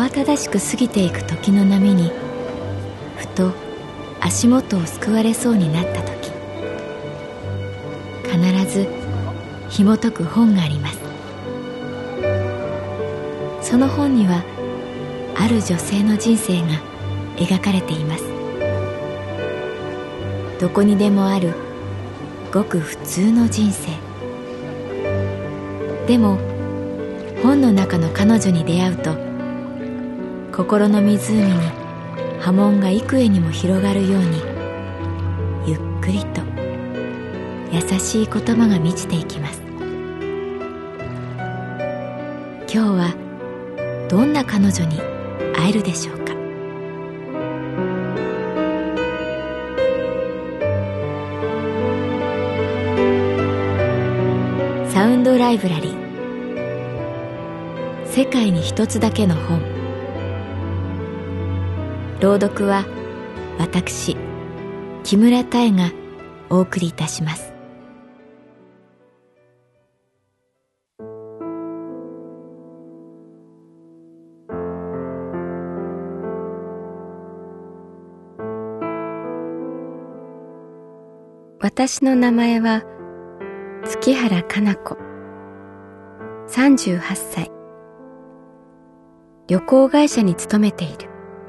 慌ただしく過ぎていく時の波にふと足元をすくわれそうになった時、必ず紐解く本があります。その本にはある女性の人生が描かれています。どこにでもあるごく普通の人生。でも本の中の彼女に出会うと、心の湖に波紋が幾重にも広がるように、ゆっくりと優しい言葉が満ちていきます。今日はどんな彼女に会えるでしょうか。サウンドライブラリー、世界に一つだけの本。朗読は私木村多江がお送りいたします。私の名前は月原かな子、38歳、旅行会社に勤めている。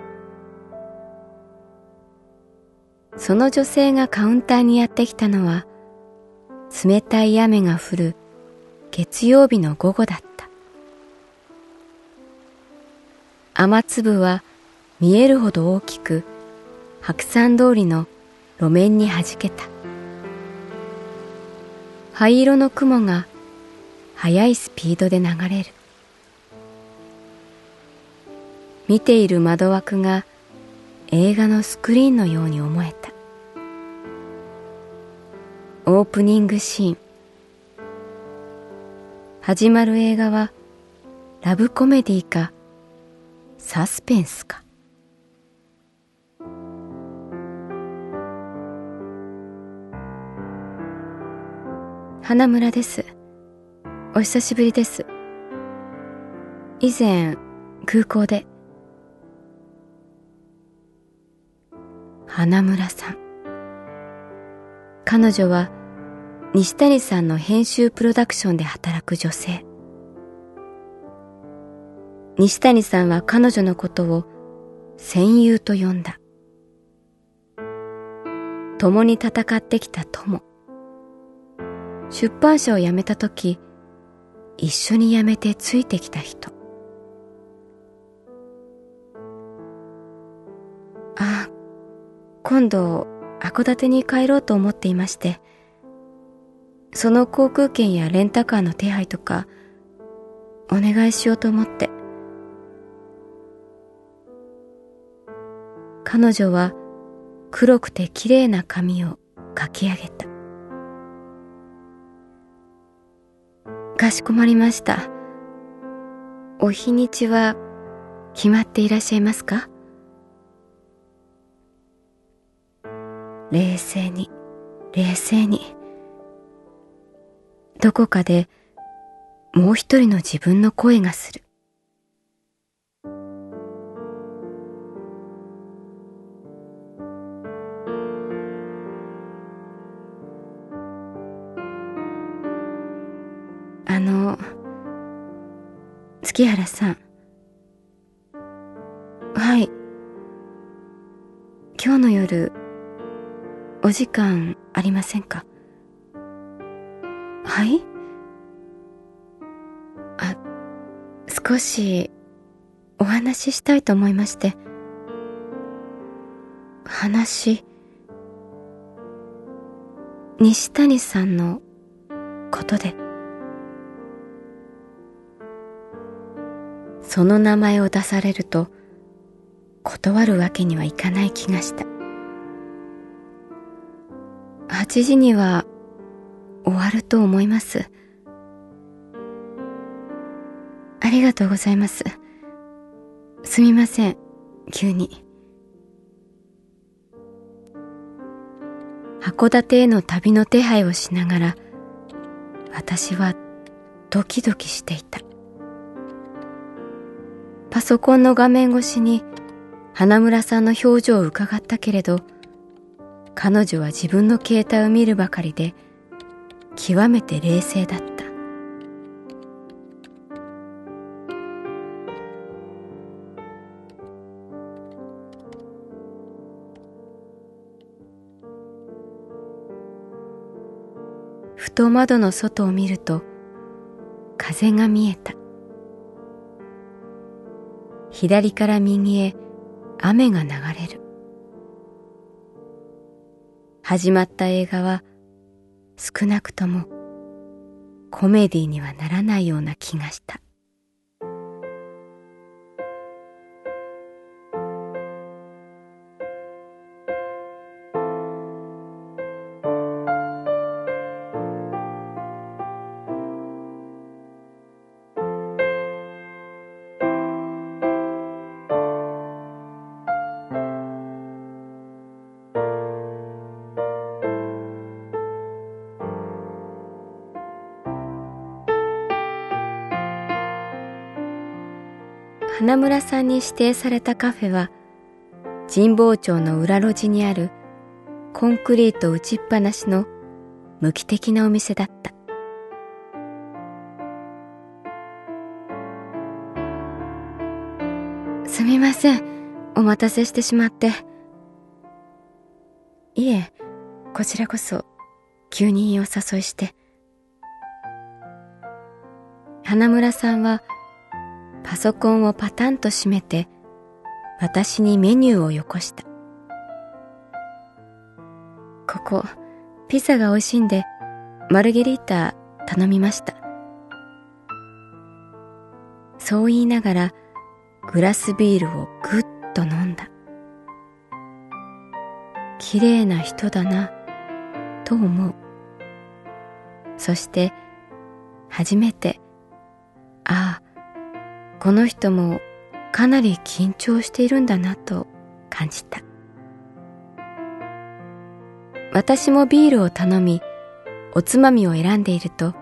その女性がカウンターにやってきたのは、冷たい雨が降る月曜日の午後だった。雨粒は見えるほど大きく、白山通りの路面に弾けた。灰色の雲が速いスピードで流れる。見ている窓枠が映画のスクリーンのように思えた。オープニングシーン。始まる映画はラブコメディかサスペンスか。花村です。お久しぶりです。以前空港で。花村さん。彼女は西谷さんの編集プロダクションで働く女性。西谷さんは彼女のことを戦友と呼んだ。共に戦ってきた友。出版社を辞めたとき、一緒に辞めてついてきた人。今度函館に帰ろうと思っていまして、その航空券やレンタカーの手配とかお願いしようと思って。彼女は黒くて綺麗な髪をかき上げた。かしこまりました。お日にちは決まっていらっしゃいますか？冷静に、冷静に。どこかでもう一人の自分の声がする。月原さん。はい。今日の夜、お時間ありませんか？はい？少しお話ししたいと思いまして。話？西谷さんのことで。その名前を出されると断るわけにはいかない気がした。8時には終わると思います。ありがとうございます。すみません、急に。函館への旅の手配をしながら、私はドキドキしていた。パソコンの画面越しに花村さんの表情を伺ったけれど、彼女は自分の携帯を見るばかりで極めて冷静だった。ふと窓の外を見ると風が見えた。左から右へ雨が流れる。始まった映画は少なくともコメディにはならないような気がした。花村さんに指定されたカフェは神保町の裏路地にあるコンクリート打ちっぱなしの無機的なお店だった。すみません、お待たせしてしまって。いえ、こちらこそ急にお誘いして。花村さんはパソコンをパタンと閉めて私にメニューをよこした。ここピザが美味しいんでマルゲリータ頼みました。そう言いながらグラスビールをぐっと飲んだ。綺麗な人だなと思う。そして初めて、ああ、この人もかなり緊張しているんだなと感じた。私もビールを頼み、おつまみを選んでいると、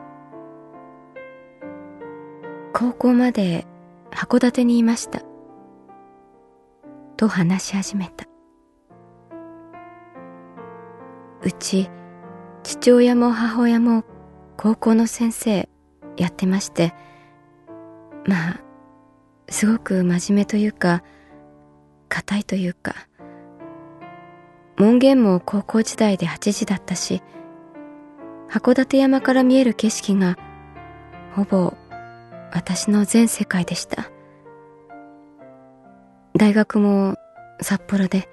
高校まで函館にいましたと話し始めた。うち父親も母親も高校の先生やってまして、まあすごく真面目というか固いというか、門限も高校時代で8時だったし、函館山から見える景色がほぼ私の全世界でした。大学も札幌で、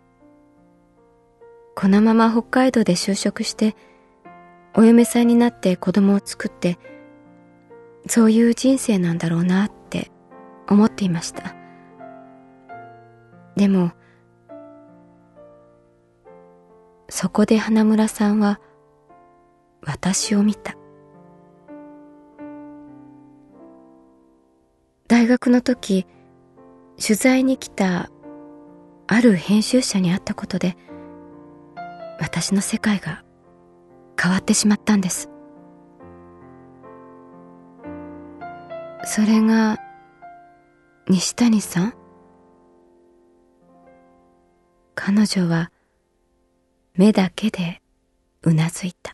このまま北海道で就職してお嫁さんになって子供を作って、そういう人生なんだろうなって思っていました。でもそこで花村さんは私を見た。大学の時、取材に来たある編集者に会ったことで、私の世界が変わってしまったんです。それが西谷さん？彼女は目だけでうなずいた。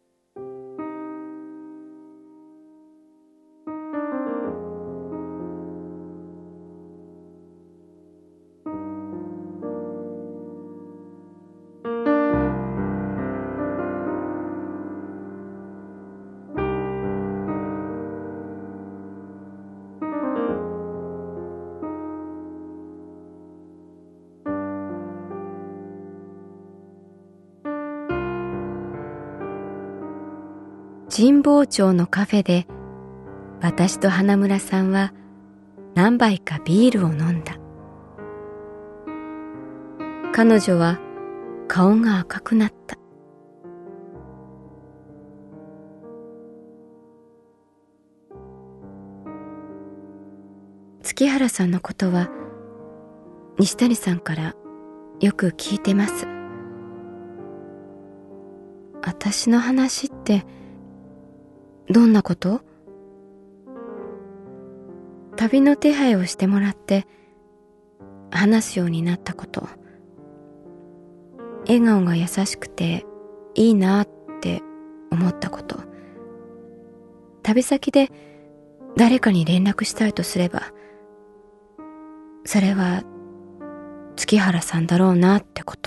神保町のカフェで私と花村さんは何杯かビールを飲んだ。彼女は顔が赤くなった。月原さんのことは西谷さんからよく聞いてます。私の話ってどんなこと？ 旅の手配をしてもらって話すようになったこと、笑顔が優しくていいなって思ったこと、旅先で誰かに連絡したいとすれば、それは月原さんだろうなってこと。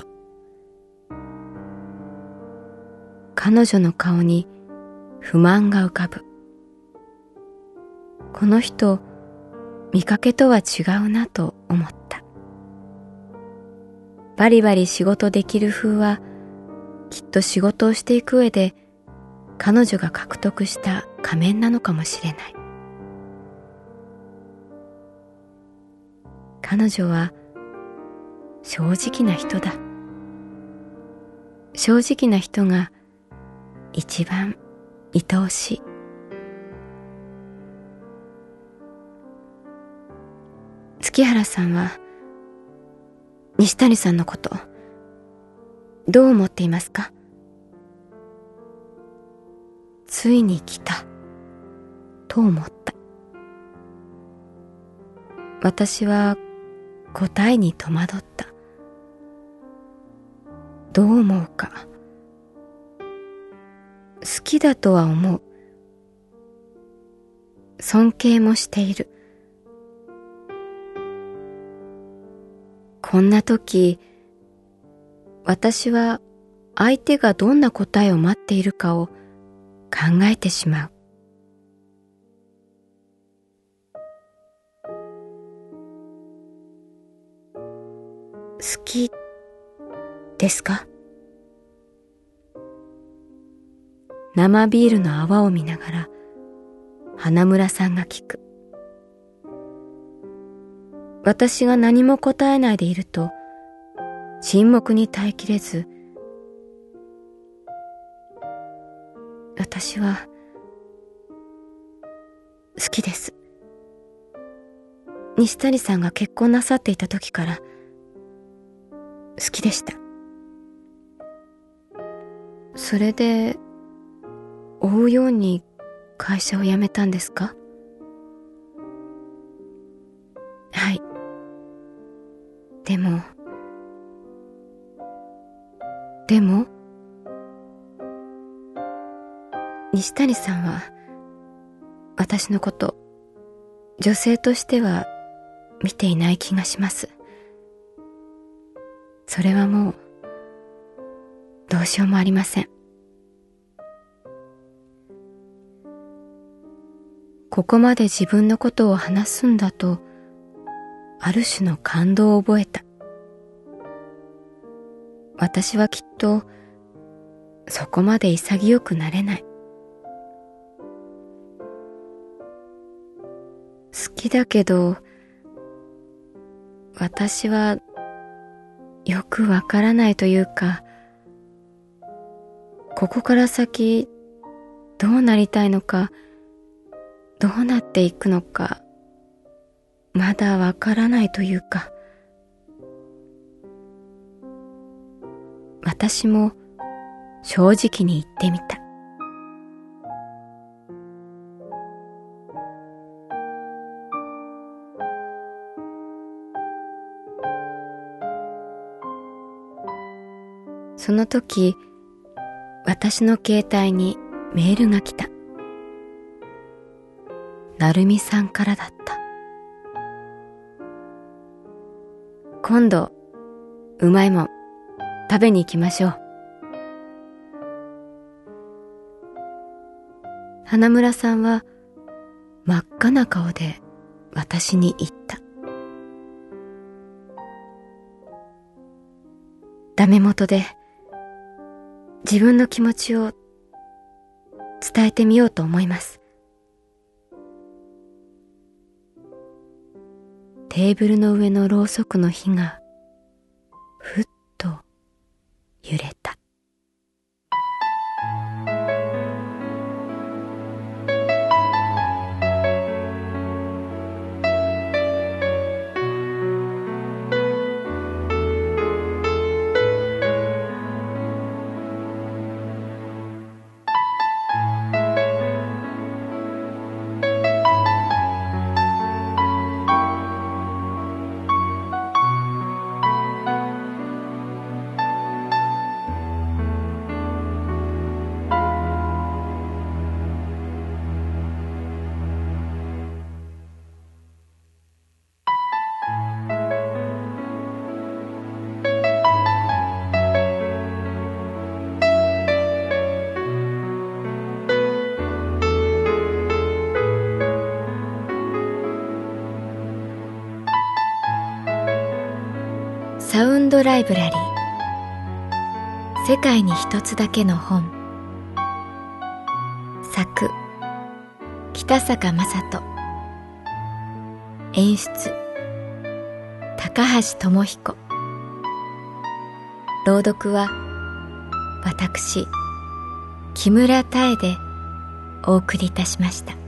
彼女の顔に不満が浮かぶ。この人、見かけとは違うなと思った。バリバリ仕事できる風は、きっと仕事をしていく上で彼女が獲得した仮面なのかもしれない。彼女は正直な人だ。正直な人が一番愛おしい。月原さんは西谷さんのことどう思っていますか？ついに来たと思った。私は答えに戸惑った。どう思うか。好きだとは思う。尊敬もしている。こんな時、私は相手がどんな答えを待っているかを考えてしまう。好きですか？生ビールの泡を見ながら花村さんが聞く。私が何も答えないでいると沈黙に耐えきれず、私は好きです。西谷さんが結婚なさっていた時から好きでした。それで追うように会社を辞めたんですか？はい。でも西谷さんは私のこと女性としては見ていない気がします。それはもうどうしようもありません。ここまで自分のことを話すんだとある種の感動を覚えた。私はきっとそこまで潔くなれない。好きだけど私はよくわからないというか、ここから先どうなりたいのか、どうなっていくのか、まだわからないというか、私も正直に言ってみた。その時、私の携帯にメールが来た。成美さんからだった。今度、うまいもん食べに行きましょう。花村さんは真っ赤な顔で私に言った。ダメ元で自分の気持ちを伝えてみようと思います。テーブルの上のろうそくの火がふっと揺れた。 ドライブラリー、世界に一つだけの本。作北坂雅人、演出高橋智彦、朗読は私木村多江でお送りいたしました。